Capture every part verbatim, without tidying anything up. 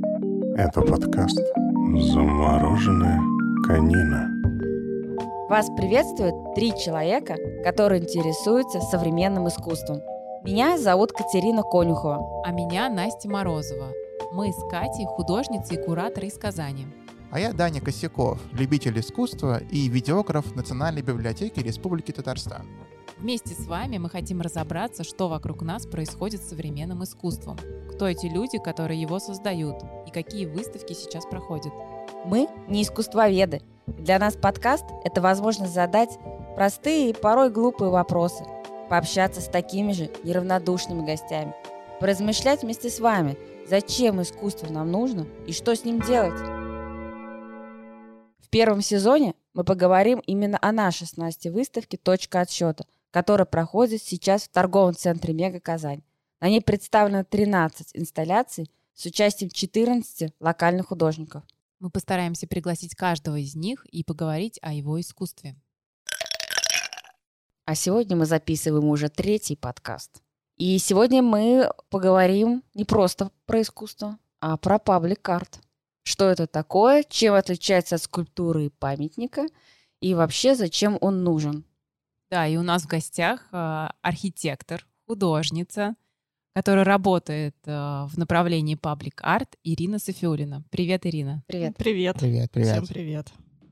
Это подкаст «Замороженная конина». Вас приветствуют три человека, которые интересуются современным искусством. Меня зовут Катерина Конюхова. А меня Настя Морозова. Мы с Катей художницы и кураторы из Казани. А я Даня Косяков, любитель искусства и видеограф Национальной библиотеки Республики Татарстан. Вместе с вами мы хотим разобраться, что вокруг нас происходит с современным искусством, кто эти люди, которые его создают, и какие выставки сейчас проходят. Мы не искусствоведы. Для нас подкаст – это возможность задать простые и порой глупые вопросы, пообщаться с такими же неравнодушными гостями, поразмышлять вместе с вами, зачем искусство нам нужно и что с ним делать. В первом сезоне мы поговорим именно о нашей с Настей выставке «Точка отсчета», которая проходит сейчас в торговом центре «Мега Казань». На ней представлено тринадцать инсталляций с участием четырнадцати локальных художников. Мы постараемся пригласить каждого из них и поговорить о его искусстве. А сегодня мы записываем уже третий подкаст. И сегодня мы поговорим не просто про искусство, а про паблик-арт. Что это такое, чем отличается от скульптуры и памятника, и вообще зачем он нужен. Да, и у нас в гостях э, архитектор, художница, которая работает э, в направлении паблик-арт, Ирина Сафиуллина. Привет, Ирина. Привет. Привет. Привет, привет. Всем привет.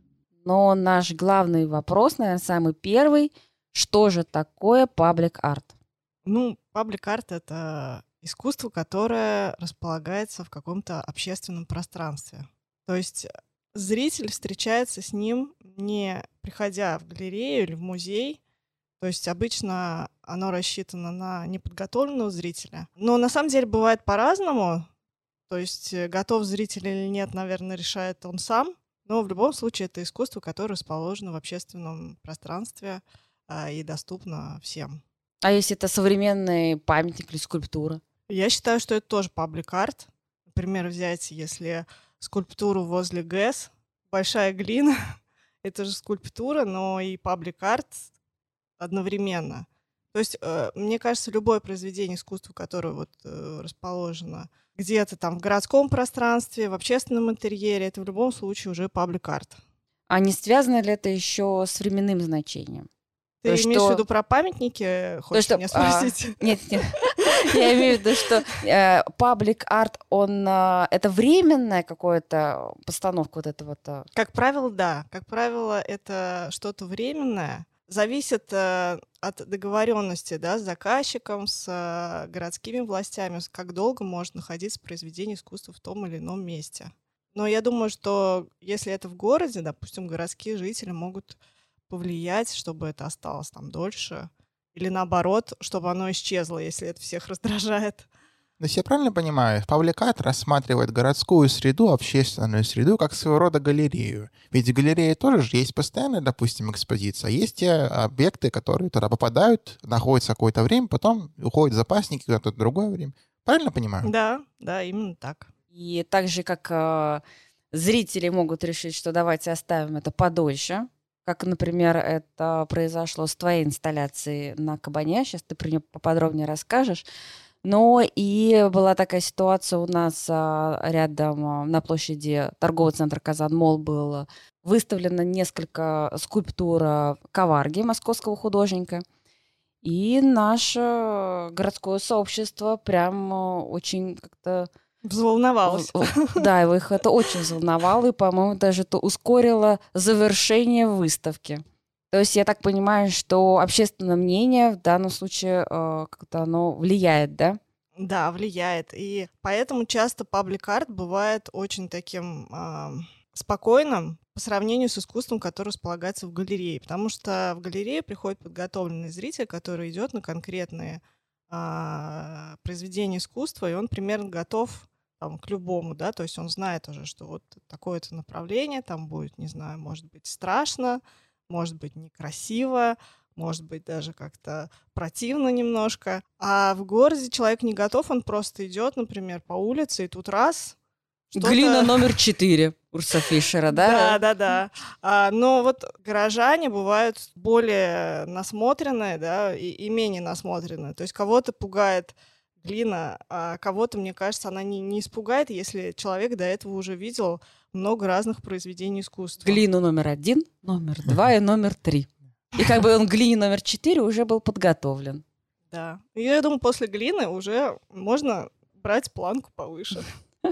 Но наш главный вопрос, наверное, самый первый. Что же такое паблик-арт? Ну, паблик-арт — это искусство, которое располагается в каком-то общественном пространстве. То есть зритель встречается с ним, не приходя в галерею или в музей. То есть обычно оно рассчитано на неподготовленного зрителя. Но на самом деле бывает по-разному. То есть готов зритель или нет, наверное, решает он сам. Но в любом случае это искусство, которое расположено в общественном пространстве а, и доступно всем. А если это современный памятник или скульптура? Я считаю, что это тоже паблик-арт. Например, взять, если скульптуру возле ГЭС, большая глина, это же скульптура, но и паблик-арт одновременно. То есть, э, мне кажется, любое произведение искусства, которое вот, э, расположено где-то там в городском пространстве, в общественном интерьере, это в любом случае уже паблик-арт. А не связано ли это еще с временным значением? Ты То, имеешь что- в виду про памятники, хочешь что, меня а, спросить? Нет, нет. Я имею в виду, что паблик-арт, он а, это временная какая-то постановка вот этого вот. а, Как правило, да. Как правило, это что-то временное. Зависит э, от договоренности, да, с заказчиком, с э, городскими властями, с- как долго может находиться произведение искусства в том или ином месте. Но я думаю, что если это в городе, допустим, городские жители могут повлиять, чтобы это осталось там дольше, или наоборот, чтобы оно исчезло, если это всех раздражает. То есть я правильно понимаю, паблик-арт рассматривает городскую среду, общественную среду, как своего рода галерею. Ведь в галерее тоже же есть постоянная, допустим, экспозиция. а Есть те объекты, которые туда попадают, находятся какое-то время, потом уходят в запасники куда-то в другое время. Правильно понимаю? Да, да, именно так. И так же, как а, зрители могут решить, что давайте оставим это подольше, как, например, это произошло с твоей инсталляцией на Кабане. Сейчас ты про нее поподробнее расскажешь. Но и была такая ситуация у нас а, рядом а, на площади торгового центра Казан-Молл было выставлено несколько скульптур а, Коварги, московского художника. И наше городское сообщество прям а, очень как-то... Взволновалась. в- в- Да, его их это очень взволновало, и, по-моему, даже это ускорило завершение выставки. То есть я так понимаю, что общественное мнение в данном случае э, как-то оно влияет, да? Да, влияет. И поэтому часто паблик-арт бывает очень таким а, спокойным по сравнению с искусством, которое располагается в галерее. Потому что в галерею приходит подготовленный зритель, который идет на конкретные а, произведения искусства, и он примерно готов там, к любому, да, то есть он знает уже, что вот такое-то направление, там будет, не знаю, может быть страшно, может быть некрасиво, может быть даже как-то противно немножко. А в городе человек не готов, он просто идет, например, по улице, и тут раз... что-то- Глина номер четыре Урса Фишера, да? Да, да, да. А, но вот горожане бывают более насмотренные, да, и, и менее насмотренные. То есть кого-то пугает глина, а кого-то, мне кажется, она не, не испугает, если человек до этого уже видел много разных произведений искусства. Глину номер один, номер два и номер три. И как бы он к глине номер четыре уже был подготовлен. Да. И я думаю, после глины уже можно брать планку повыше.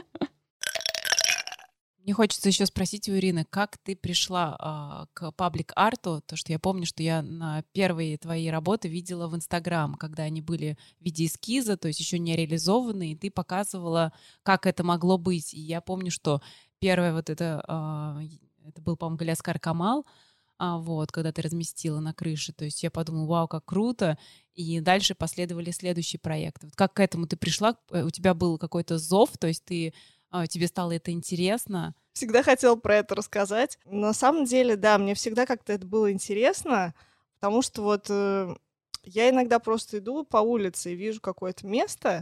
Мне хочется еще спросить у Ирины, как ты пришла а, к паблик-арту? То, что я помню, что я на первые твои работы видела в Инстаграм, когда они были в виде эскиза, то есть еще не реализованные, и ты показывала, как это могло быть. И я помню, что первое вот это, а, это был, по-моему, Галиаскар Камал, а, вот, когда ты разместила на крыше. То есть я подумала, вау, как круто. И дальше последовали следующие проекты. Вот как к этому ты пришла? У тебя был какой-то зов, то есть ты тебе стало это интересно? Всегда хотела про это рассказать. На самом деле, да, мне всегда как-то это было интересно, потому что вот э, я иногда просто иду по улице и вижу какое-то место,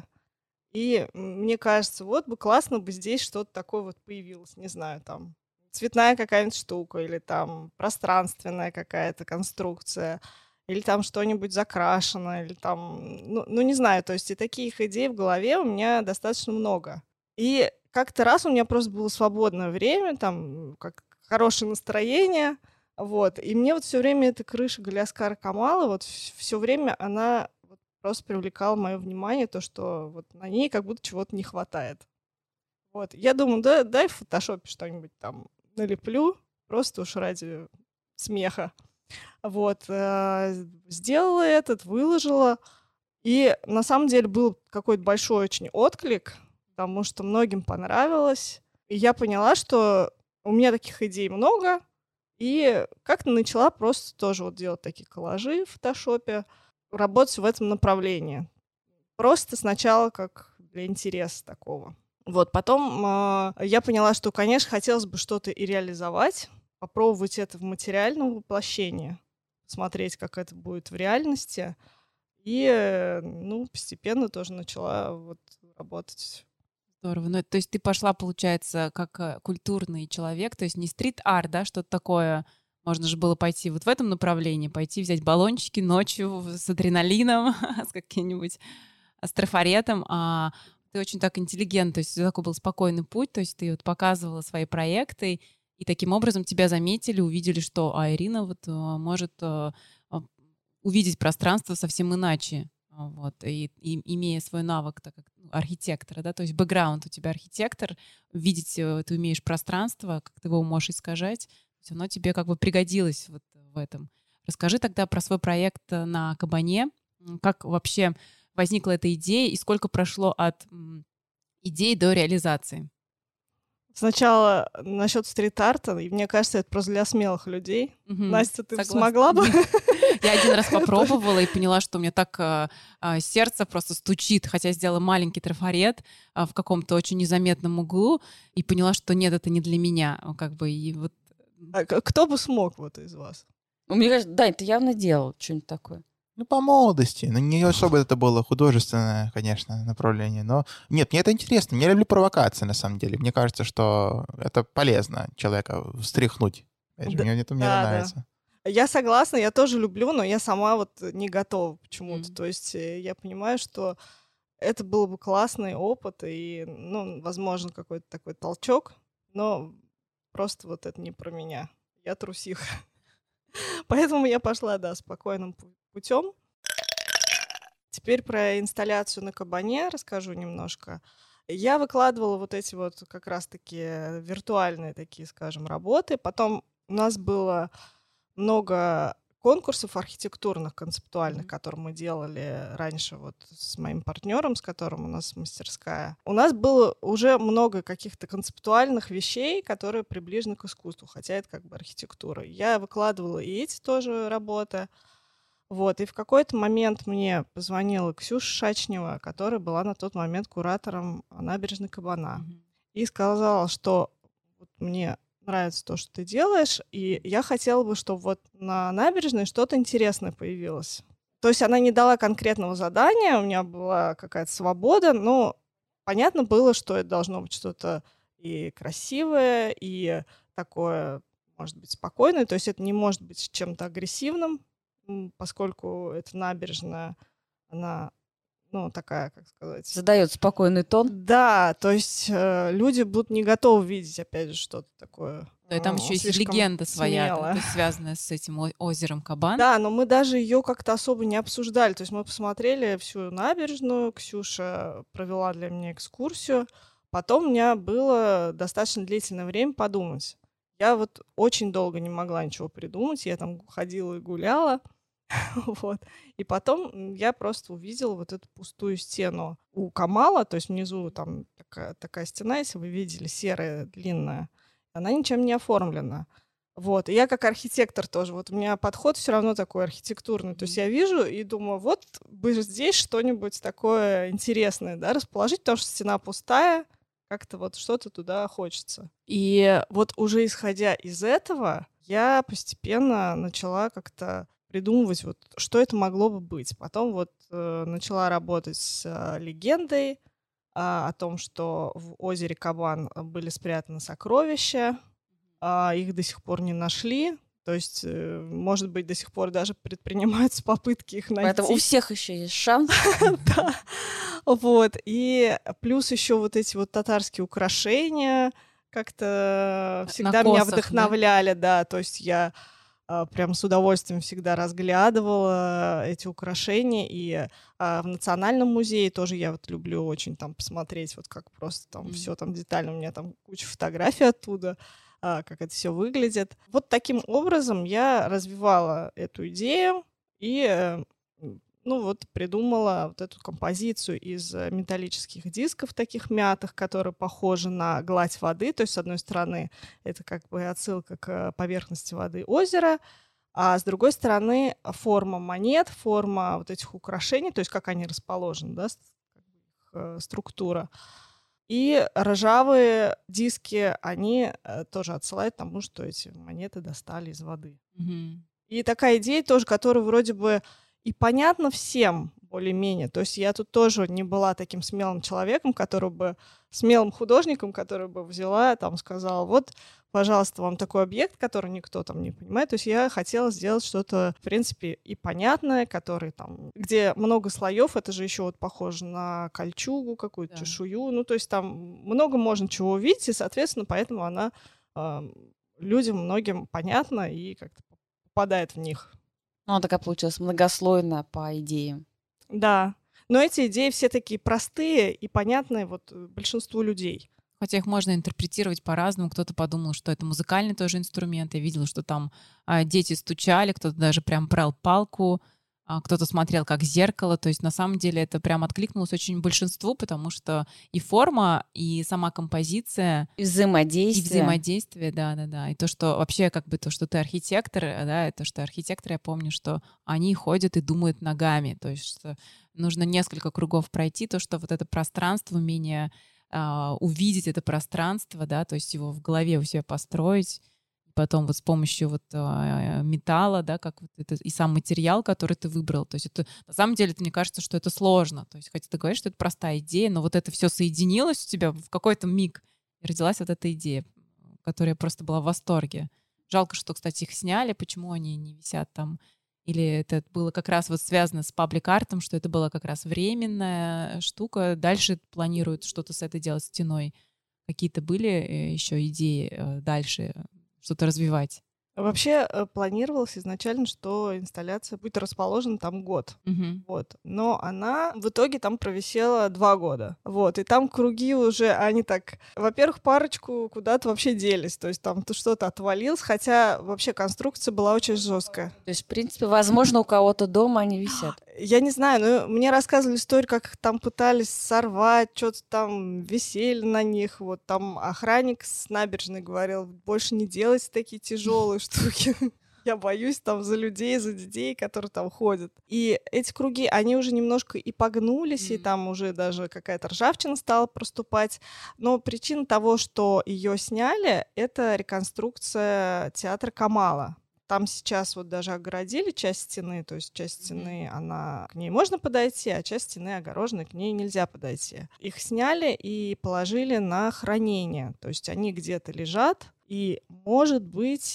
и мне кажется, вот бы классно бы здесь что-то такое вот появилось, не знаю, там цветная какая-нибудь штука, или там пространственная какая-то конструкция, или там что-нибудь закрашено, или там, ну, ну не знаю, то есть и таких идей в голове у меня достаточно много. И как-то раз у меня просто было свободное время, там, как хорошее настроение, вот, и мне вот все время эта крыша Галиаскара Камала, вот все время она вот просто привлекала мое внимание, то, что вот на ней как будто чего-то не хватает. Вот, я думаю, да, дай в фотошопе что-нибудь там налеплю, просто уж ради смеха. Вот, э, сделала этот, выложила, и на самом деле был какой-то большой очень отклик, потому что многим понравилось. И я поняла, что у меня таких идей много, и как-то начала просто тоже вот делать такие коллажи в фотошопе, работать в этом направлении. Просто сначала как для интереса такого. Вот, потом э, я поняла, что, конечно, хотелось бы что-то и реализовать, попробовать это в материальном воплощении, посмотреть, как это будет в реальности. И, э, ну, постепенно тоже начала вот работать. Здорово. Ну, то есть ты пошла, получается, как культурный человек, то есть не стрит-арт, да, что-то такое. Можно же было пойти вот в этом направлении, пойти взять баллончики ночью с адреналином, с каким-нибудь с трафаретом. А ты очень так интеллигент, то есть такой был спокойный путь, то есть ты вот показывала свои проекты, и таким образом тебя заметили, увидели, что а Ирина вот может увидеть пространство совсем иначе. Вот, и, и имея свой навык, так как ну, архитектора, да, то есть бэкграунд у тебя архитектор, видеть ты умеешь пространство, как ты его можешь искажать, все равно тебе как бы пригодилось вот в этом. Расскажи тогда про свой проект на Кабане, как вообще возникла эта идея и сколько прошло от м, идеи до реализации? Сначала насчет стрит-арта, и мне кажется, это просто для смелых людей. Угу, Настя, ты согласна. смогла бы? Я один раз попробовала и поняла, что у меня так а, а, сердце просто стучит, хотя сделала маленький трафарет а, в каком-то очень незаметном углу, и поняла, что нет, это не для меня. Как бы, и вот... А кто бы смог вот из вас? Мне кажется, Дань, ты явно делал что-нибудь такое. Ну, по молодости. Ну, не особо это было художественное, конечно, направление. Но нет, мне это интересно. Я люблю провокации, на самом деле. Мне кажется, что это полезно человека встряхнуть. Да, мне это мне да, нравится. Да. Я согласна, я тоже люблю, но я сама вот не готова почему-то. Mm. То есть я понимаю, что это был бы классный опыт и, ну, возможно, какой-то такой толчок, но просто вот это не про меня. Я трусиха. Поэтому я пошла, да, спокойным путем. Теперь про инсталляцию на Кабане расскажу немножко. Я выкладывала вот эти вот как раз-таки виртуальные такие, скажем, работы. Потом у нас было много конкурсов архитектурных, концептуальных, которые мы делали раньше вот с моим партнером, с которым у нас мастерская. У нас было уже много каких-то концептуальных вещей, которые приближены к искусству, хотя это как бы архитектура. Я выкладывала и эти тоже работы. Вот, и в какой-то момент мне позвонила Ксюша Шачнева, которая была на тот момент куратором набережной Кабана, mm-hmm. и сказала, что вот мне нравится то, что ты делаешь, и я хотела бы, чтобы вот на набережной что-то интересное появилось. То есть она не дала конкретного задания, у меня была какая-то свобода, но понятно было, что это должно быть что-то и красивое, и такое, может быть, спокойное, то есть это не может быть чем-то агрессивным, поскольку эта набережная, она ну, такая, как сказать... Задает спокойный тон. Да, то есть э, люди будут не готовы видеть, опять же, что-то такое. Да, и там э, еще есть слишком легенда своя, да, смелое. то есть связанная с этим о- озером Кабан. Да, но мы даже ее как-то особо не обсуждали. То есть мы посмотрели всю набережную, Ксюша провела для меня экскурсию. Потом у меня было достаточно длительное время подумать. Я вот очень долго не могла ничего придумать. Я там ходила и гуляла. Вот. И потом я просто увидела вот эту пустую стену у Камала, то есть внизу там такая, такая стена, если вы видели, серая, длинная. Она ничем не оформлена. Вот. И я как архитектор тоже. Вот у меня подход все равно такой архитектурный. То есть я вижу и думаю, вот бы здесь что-нибудь такое интересное, да, расположить, потому что стена пустая, как-то вот что-то туда хочется. И вот уже исходя из этого, я постепенно начала как-то придумывать, вот, что это могло бы быть. Потом вот э, начала работать с э, легендой а, о том, что в озере Кабан были спрятаны сокровища, а, их до сих пор не нашли. То есть, э, может быть, до сих пор даже предпринимаются попытки их найти. Поэтому у всех еще есть шанс. Да. Вот. И плюс еще вот эти вот татарские украшения как-то всегда меня косах, да? вдохновляли, да. То есть я а, прям с удовольствием всегда разглядывала эти украшения. И а, в Национальном музее тоже я вот люблю очень там посмотреть, вот как просто там Мгм. все там детально. У меня там куча фотографий оттуда, а, как это все выглядит. Вот таким образом я развивала эту идею и э, м, ну вот придумала вот эту композицию из э, металлических дисков таких мятых, которые похожи на гладь воды. То есть, с одной стороны, это как бы отсылка к э, поверхности воды озера, а с другой стороны, форма монет, форма вот этих украшений, то есть как они расположены, да, с- как бы их э, структура. И ржавые диски, они э, тоже отсылают к тому, что эти монеты достали из воды. Мгм. И такая идея тоже, которая вроде бы и понятна всем более-менее. То есть я тут тоже не была таким смелым человеком, который бы, смелым художником, который бы взяла, там, сказала, вот, пожалуйста, вам такой объект, который никто там не понимает. То есть я хотела сделать что-то, в принципе, и понятное, который там, где много слоев, это же еще вот похоже на кольчугу, какую-то Да. чешую. Ну, то есть там много можно чего увидеть, и, соответственно, поэтому она а, людям многим понятна и как-то попадает в них. Ну, она такая получилась многослойная по идее. Да. Но эти идеи все такие простые и понятные вот э, большинству людей. Хотя их можно интерпретировать по-разному. Кто-то подумал, что это музыкальный тоже инструмент. Я видела, что там а, дети стучали, кто-то даже прям брал палку, а, кто-то смотрел как зеркало. То есть на самом деле это прям откликнулось очень большинству, потому что и форма, и сама композиция, И и взаимодействие. взаимодействие, да-да-да. И то, что вообще как бы то, что ты архитектор, э, да, и то, что архитекторы, я помню, что они ходят и думают ногами. То есть что нужно несколько кругов пройти, то, что вот это пространство, умение а, увидеть это пространство, да, то есть его в голове у себя построить, и потом вот с помощью вот а, металла, да, как вот это, и сам материал, который ты выбрал, то есть это, на самом деле, это, мне кажется, что это сложно, то есть хотя ты говоришь, что это простая идея, но вот это все соединилось у тебя в какой-то миг, и родилась вот эта идея, которая просто была в восторге. Жалко, что, кстати, их сняли, почему они не висят там. Или это было как раз вот связано с паблик-артом, что это была как раз временная штука. Дальше планируют что-то с этой делать стеной. Какие-то были э, еще идеи э, дальше что-то развивать? Вообще э, планировалось изначально, что инсталляция будет расположена там год. Мгм. Вот. Но она в итоге там провисела два года. Вот. И там круги уже, они так... Во-первых, парочку куда-то вообще делись. То есть там то что-то отвалилось, хотя вообще конструкция была очень жесткая. То есть, в принципе, возможно, у кого-то дома они висят. Я не знаю, но мне рассказывали историю, как их там пытались сорвать, что-то там висели на них. Вот там охранник с набережной говорил, больше не делайте такие тяжелые штуки. Я боюсь там за людей, за детей, которые там ходят. И эти круги, они уже немножко и погнулись, и Мгм. там уже даже какая-то ржавчина стала проступать. Но причина того, что ее сняли, это реконструкция театра Камала. Там сейчас вот даже огородили часть стены, то есть часть стены, она к ней можно подойти, а часть стены огороженной, к ней нельзя подойти. Их сняли и положили на хранение, то есть они где-то лежат, и, может быть,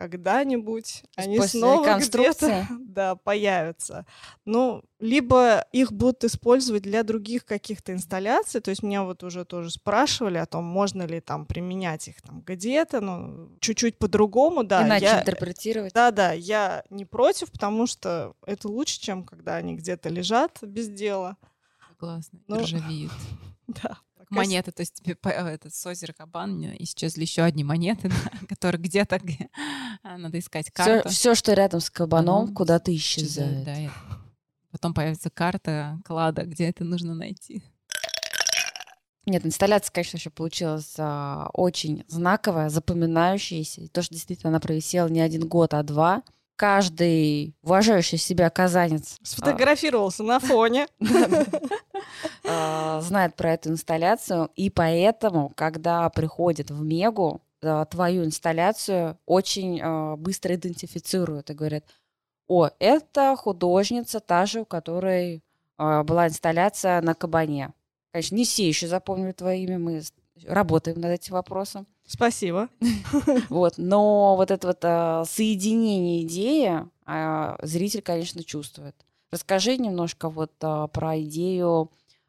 когда-нибудь они После снова реконструкции? где-то да, появятся. Ну, либо их будут использовать для других каких-то инсталляций. То есть меня вот уже тоже спрашивали о том, можно ли там применять их там где-то, ну, чуть-чуть по-другому, да. Иначе я... интерпретировать. Да-да, я не против, потому что это лучше, чем когда они где-то лежат без дела. Согласна, Ну, ржавеют. Да. пока Монеты, то есть тебе по- этот с озера Кабан исчезли еще одни монеты, да, которые где-то где- а, надо искать Все, карту. все, что рядом с кабаном, Кабаном куда-то исчезает, исчезает. да, и потом появится карта клада, где это нужно найти. Нет, инсталляция, конечно, еще получилась а, очень знаковая, запоминающаяся. И то, что действительно она провисела не один год, а два. Каждый уважающий себя казанец а, сфотографировался на фоне. а, знает про эту инсталляцию. И поэтому, когда приходит в Мегу, а, твою инсталляцию очень а, быстро идентифицируют и говорят: о, это художница, та же, у которой а, была инсталляция на Кабане. Конечно, не все еще запомнили твое имя, мы с- работаем над этим вопросом. Спасибо. Вот. Но вот это вот а, соединение идеи а, зритель, конечно, чувствует. Расскажи немножко вот а, про идею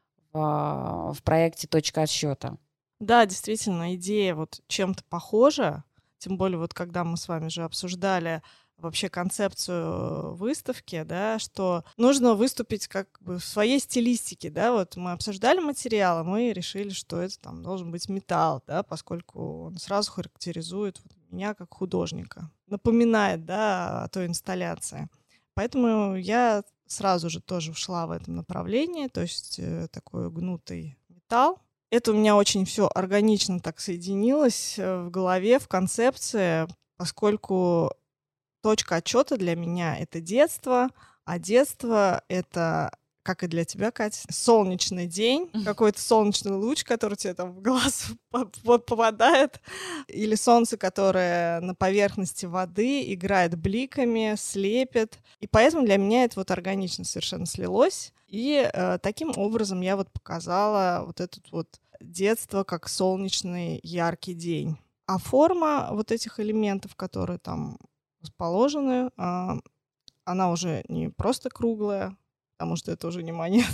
в, в проекте «Точка отсчета». Да, действительно, идея вот чем-то похожа. Тем более вот когда мы с вами же обсуждали вообще концепцию выставки, да, что нужно выступить как бы в своей стилистике, да, вот мы обсуждали материалы, мы решили, что это там должен быть металл, да, поскольку он сразу характеризует вот меня как художника, напоминает, да, о той инсталляции. Поэтому я сразу же тоже ушла в этом направлении, то есть э, такой гнутый металл. Это у меня очень все органично так соединилось э, в голове, в концепции, поскольку точка отчета для меня — это детство, а детство — это, как и для тебя, Катя, солнечный день, какой-то солнечный луч, который тебе там в глаз по- по- попадает, или солнце, которое на поверхности воды играет бликами, слепит. И поэтому для меня это вот органично совершенно слилось. И э, таким образом я вот показала вот этот вот детство как солнечный яркий день. А форма вот этих элементов, которые там расположены, а, она уже не просто круглая, потому что это уже не монета,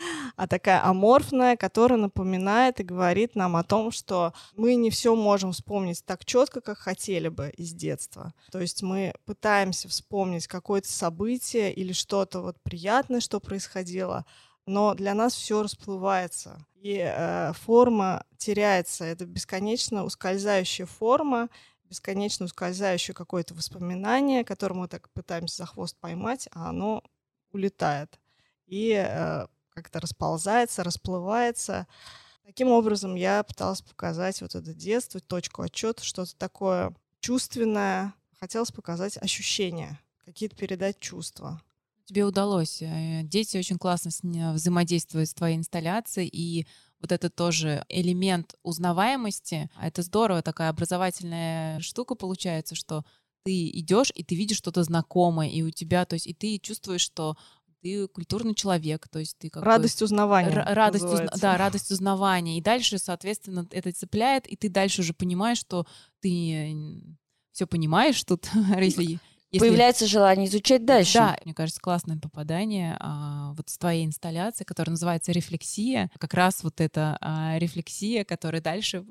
а такая аморфная, которая напоминает и говорит нам о том, что мы не все можем вспомнить так четко, как хотели бы из детства. То есть мы пытаемся вспомнить какое-то событие или что-то вот приятное, что происходило, но для нас все расплывается, и э, форма теряется. Это бесконечно ускользающая форма, бесконечно ускользающее какое-то воспоминание, которое мы так пытаемся за хвост поймать, а оно улетает и э, как-то расползается, расплывается. Таким образом, я пыталась показать вот это детство, точку отчета, что-то такое чувственное. Хотелось показать ощущения, какие-то передать чувства. Тебе удалось. Э, Дети очень классно с ней взаимодействуют с твоей инсталляцией, и вот это тоже элемент узнаваемости. Это здорово, такая образовательная штука получается, что ты идешь и ты видишь что-то знакомое, и у тебя, то есть, и ты чувствуешь, что ты культурный человек, то есть ты как Радость бы... узнавания. Р- радость, узна- называется. да, радость узнавания. И дальше, соответственно, это цепляет, и ты дальше уже понимаешь, что ты все понимаешь тут, если... Если... Появляется желание изучать дальше. Да, мне кажется, классное попадание а, вот с твоей инсталляцией, которая называется «Рефлексия». Как раз вот эта а, рефлексия, которая дальше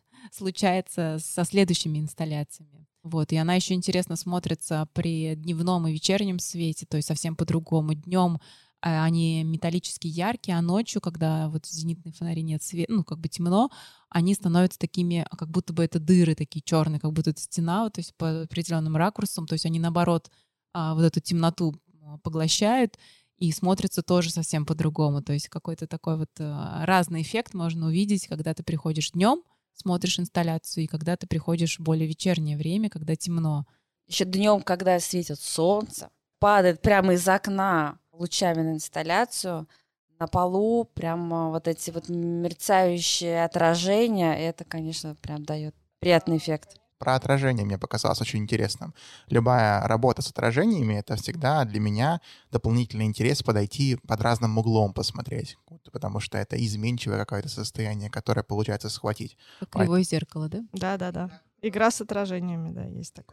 случается со следующими инсталляциями. Вот, и она еще интересно смотрится при дневном и вечернем свете, то есть совсем по-другому. Днем они металлически яркие, а ночью, когда вот зенитные фонари нет света, ну, как бы темно, они становятся такими, как будто бы это дыры такие черные, как будто это стена, то есть по определенным ракурсам, то есть они, наоборот, вот эту темноту поглощают, и смотрится тоже совсем по-другому. То есть какой-то такой вот разный эффект можно увидеть, когда ты приходишь днем, смотришь инсталляцию, и когда ты приходишь в более вечернее время, когда темно. Еще днем, когда светит солнце, падает прямо из окна лучами на инсталляцию, на полу прямо вот эти вот мерцающие отражения, это, конечно, прям дает приятный эффект. Про отражение мне показалось очень интересным. Любая работа с отражениями — это всегда для меня дополнительный интерес подойти под разным углом посмотреть, потому что это изменчивое какое-то состояние, которое получается схватить. Как кривое зеркало, да? Да-да-да. Игра с отражениями, да, есть такое.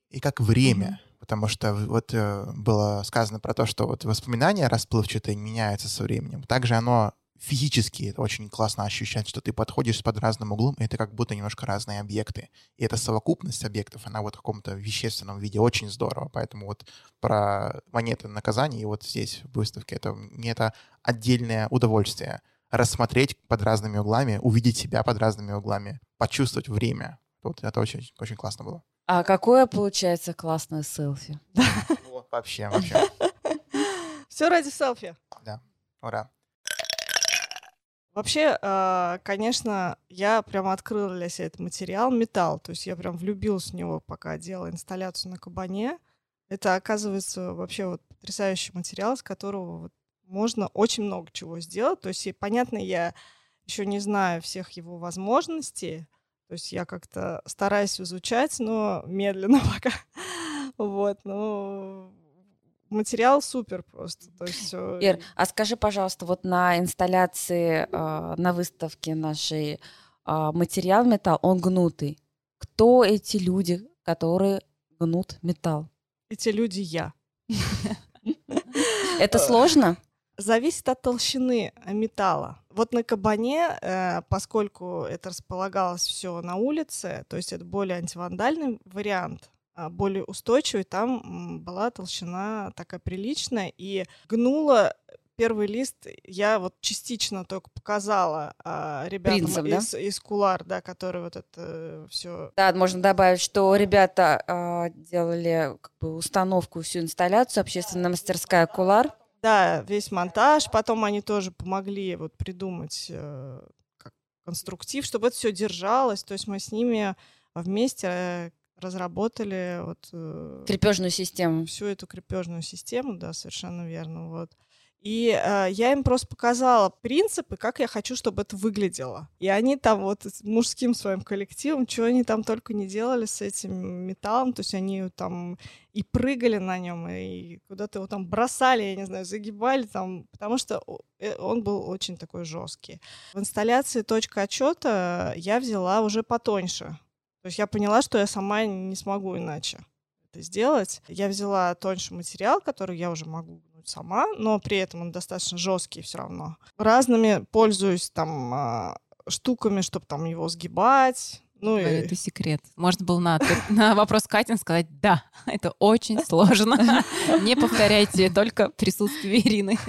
и как время. Мгм. Потому что в- вот э, было сказано про то, что вот воспоминания расплывчатые меняются со временем. Также оно физически это очень классно ощущать, что ты подходишь под разным углом, и это как будто немножко разные объекты. И эта совокупность объектов, она вот в каком-то вещественном виде очень здорово. Поэтому вот про монеты наказаний, и вот здесь в выставке, это, мне это отдельное удовольствие. Рассмотреть под разными углами, увидеть себя под разными углами, почувствовать время. Вот это очень, очень классно было. А какое получается классное селфи? Вот, вообще, вообще. Все ради селфи. Да, ура. Вообще, а, конечно, я прям открыла для себя этот материал металл. То есть я прям влюбилась в него, пока делала инсталляцию на кабане. Это, оказывается, вообще вот потрясающий материал, из которого вот можно очень много чего сделать. То есть, и, понятно, я еще не знаю всех его возможностей. То есть я как-то стараюсь изучать, но медленно пока. Вот, ну, материал супер просто. То есть, э, Ир, а скажи, пожалуйста, вот на инсталляции, а, на выставке нашей, а, материал металл, он гнутый. Кто эти люди, которые гнут металл? эти люди я. Это сложно? Зависит от толщины э, металла. Вот на кабане, э, поскольку это располагалось все на улице, то есть это более антивандальный вариант, а, более устойчивый, там м, была толщина такая приличная, и гнула первый лист я вот частично только показала а, ребятам Принцип, да? из, из Кулар, да, которые вот это все. Да, можно добавить, что ребята а, делали как бы установку, всю инсталляцию, общественная мастерская «Кулар». Да, весь монтаж. Потом они тоже помогли вот придумать э, как конструктив, чтобы это все держалось. То есть мы с ними вместе э, разработали вот э, Крепежную систему. всю эту крепежную систему, да, совершенно верно. Вот. И э, я им просто показала принципы, как я хочу, чтобы это выглядело. И они там вот с мужским своим коллективом, что они там только не делали с этим металлом, то есть они там и прыгали на нем, и куда-то его там бросали, я не знаю, загибали там, потому что о- э, он был очень такой жесткий. В инсталляции «Точка отчета» я взяла уже потоньше. То есть я поняла, что я сама не смогу иначе это сделать. Я взяла тоньше материал, который я уже могу гнуть сама, но при этом он достаточно жесткий все равно. Разными пользуюсь там а, штуками, чтобы там его сгибать. Ну, и- Это секрет. Можно было на, ответ- на вопрос Катин сказать «да». Это очень сложно. Не повторяйте, только присутствие Ирины.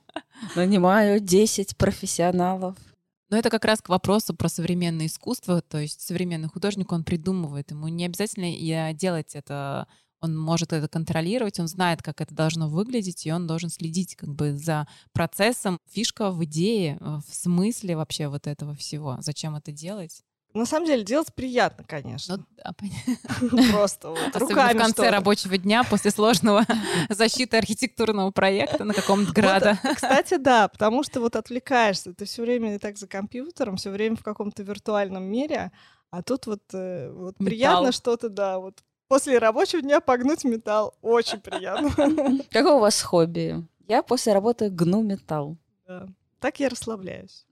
Нанимаю десять профессионалов. Но это как раз к вопросу про современное искусство. То есть современный художник, он придумывает. Ему не обязательно и делать это. Он может это контролировать, он знает, как это должно выглядеть, и он должен следить как бы за процессом. Фишка в идее, в смысле вообще вот этого всего. Зачем это делать? на самом деле делать приятно, конечно. Ну, да, понятно. Просто вот Особенно руками в конце что-то. рабочего дня после сложного защиты архитектурного проекта на каком-то града. Вот, кстати, да, потому что вот отвлекаешься, ты все время и так за компьютером, все время в каком-то виртуальном мире, а тут вот, э, вот Металл. приятно что-то, да, вот после рабочего дня погнуть металл, очень приятно. Какое у вас хобби? Я после работы гну металл. Да. Так я расслабляюсь.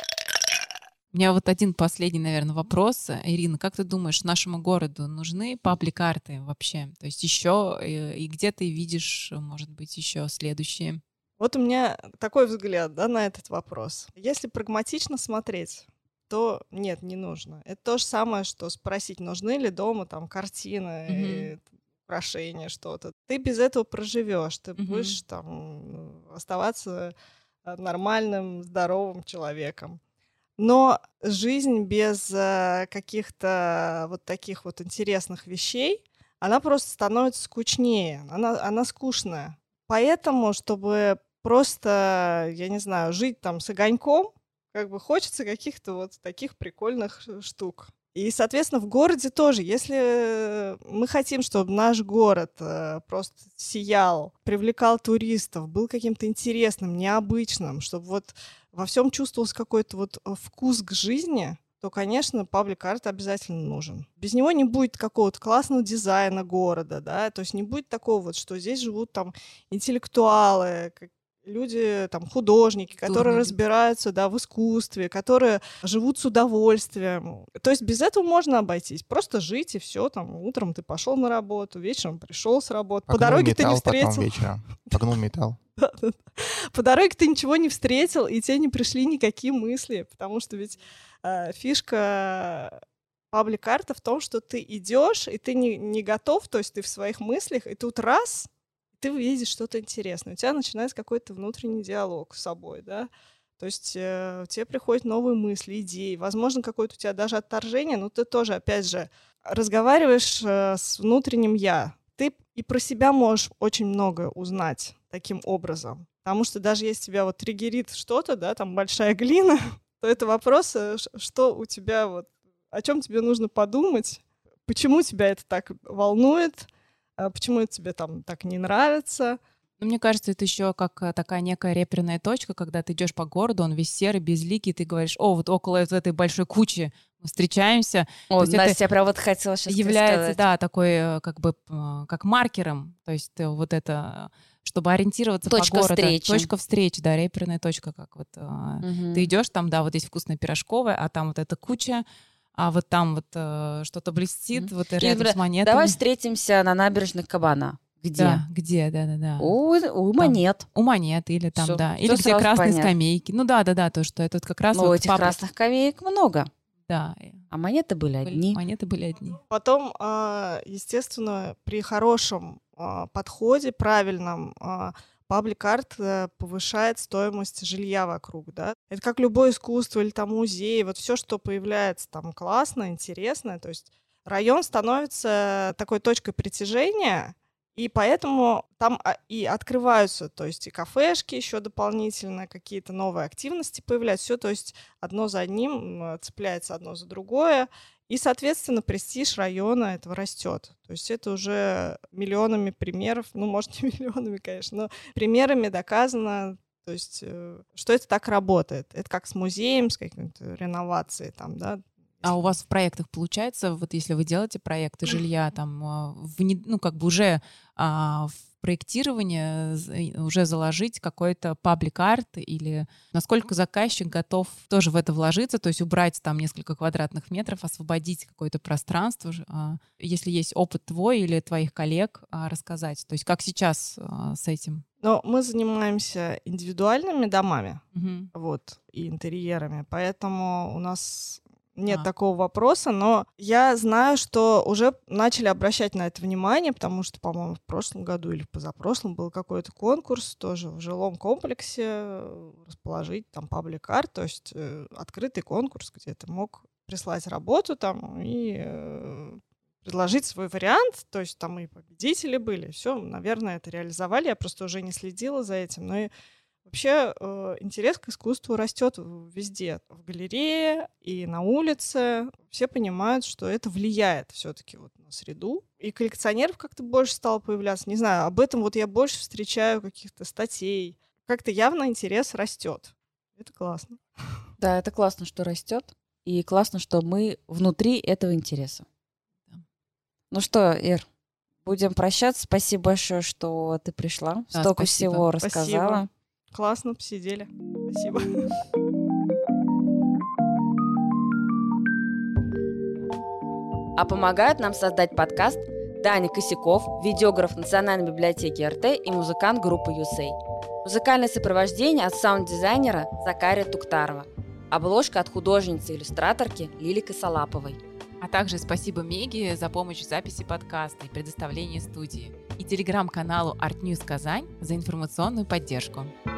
У меня вот один последний, наверное, вопрос. Ирина, как ты думаешь, нашему городу нужны паблик-арты вообще? То есть еще, и, и где ты видишь, может быть, еще следующие? Вот у меня такой взгляд, да, на этот вопрос. Если прагматично смотреть, то нет, не нужно. Это то же самое, что спросить, нужны ли дома там картины, Мгм. и украшения, что-то. Ты без этого проживешь, ты Мгм. будешь там ну, оставаться э, нормальным, здоровым человеком. Но жизнь без э, каких-то вот таких вот интересных вещей, она просто становится скучнее, она, она скучная. Поэтому, чтобы просто, я не знаю, жить там с огоньком, как бы хочется каких-то вот таких прикольных ш- штук. И, соответственно, в городе тоже, если мы хотим, чтобы наш город э, просто сиял, привлекал туристов, был каким-то интересным, необычным, чтобы вот во всем чувствовался какой-то вот э, вкус к жизни, то, конечно, паблик-арт обязательно нужен. Без него не будет какого-то классного дизайна города, да, то есть не будет такого вот, что здесь живут там интеллектуалы, как- люди, там, художники, которые Культурные люди. разбираются, да, в искусстве, которые живут с удовольствием. То есть без этого можно обойтись. Просто жить, и все. Там, утром ты пошел на работу, вечером пришел с работы. По Погнул дороге ты не металл потом встретил. вечером. Погнул металл. По дороге ты ничего не встретил, и тебе не пришли никакие мысли. Потому что ведь э, фишка паблик-арта в том, что ты идешь, и ты не, не готов, то есть ты в своих мыслях, и тут раз... ты видишь что-то интересное, у тебя начинается какой-то внутренний диалог с собой, да, то есть э, тебе приходят новые мысли, идеи, возможно, какое-то у тебя даже отторжение, но ты тоже, опять же, разговариваешь э, с внутренним «я», ты и про себя можешь очень многое узнать таким образом, потому что даже если тебя вот триггерит что-то, да, там большая глина, то это вопрос, что у тебя вот, о чем тебе нужно подумать, почему тебя это так волнует, почему это тебе там так не нравится. Ну, мне кажется, это еще как э, такая некая реперная точка, когда ты идешь по городу, он весь серый, безликий, ты говоришь, о, вот около вот этой большой кучи мы встречаемся. О, То есть Настя, это я прям вот хотела сейчас является, сказать. да, такой э, как бы э, как маркером, то есть э, вот это, чтобы ориентироваться Точка по городу. встречи. Точка встречи, да, реперная точка, как вот э, Мгм. ты идешь там, да, вот здесь вкусная пирожковая, а там вот эта куча, а вот там вот э, что-то блестит, Мгм. вот Или, рядом например, с монетами. давай встретимся на набережной Кабана. Где? Да, где, да-да-да. У, у монет. У монет или там, Всё, да. всё Или где сразу красные понятно. скамейки. Ну да, да, да, то, что это как раз Но вот этих паблик. красных скамеек много, Да, а монеты были были- одни. монеты были одни. Потом, а, естественно, при хорошем а, подходе, правильном, а, паблик-арт э, повышает стоимость жилья вокруг, да. Это как любое искусство или там музей, вот все, что появляется там классно, интересно, то есть район становится такой точкой притяжения, и поэтому там а, и открываются, то есть и кафешки еще дополнительно, какие-то новые активности появляются, все, то есть одно за одним м, цепляется одно за другое, и, соответственно, престиж района этого растет. То есть это уже миллионами примеров, ну, может, не миллионами, конечно, но примерами доказано, то есть, э, что это так работает. Это как с музеем, с какой-то реновацией там, да. А у вас в проектах получается, вот если вы делаете проекты жилья, там, а, вне- ну, как бы уже а, в проектирование з- уже заложить какой-то паблик-арт или насколько заказчик готов тоже в это вложиться, то есть убрать там несколько квадратных метров, освободить какое-то пространство, ж- а, если есть опыт твой или твоих коллег, а, рассказать. То есть как сейчас а, с этим? Но мы занимаемся индивидуальными домами, Мгм. вот, и интерьерами, поэтому у нас нет А. такого вопроса, но я знаю, что уже начали обращать на это внимание, потому что, по-моему, в прошлом году или в позапрошлом был какой-то конкурс тоже в жилом комплексе э, расположить там паблик-арт, то есть э, открытый конкурс, где ты мог прислать работу там и э, предложить свой вариант, то есть там и победители были, все, наверное, это реализовали, я просто уже не следила за этим, но и вообще э, интерес к искусству растет везде, в галерее и на улице. Все понимают, что это влияет все-таки вот на среду. И коллекционеров как-то больше стало появляться. Не знаю, об этом вот я больше встречаю каких-то статей. Как-то явно интерес растет. Это классно. Да, это классно, что растет. И классно, что мы внутри этого интереса. Да. Ну что, Ир, будем прощаться. Спасибо большое, что ты пришла. Да, Столько спасибо. всего Спасибо. рассказала. Классно посидели. Спасибо. А помогают нам создать подкаст Даня Косяков, видеограф Национальной библиотеки эр тэ и музыкант группы ю эс эй. Музыкальное сопровождение от саунд-дизайнера Закария Туктарова. Обложка от художницы-иллюстраторки Лили Косолаповой. А также спасибо Меге за помощь в записи подкаста и предоставлении студии. И телеграм-каналу Art News Казань за информационную поддержку.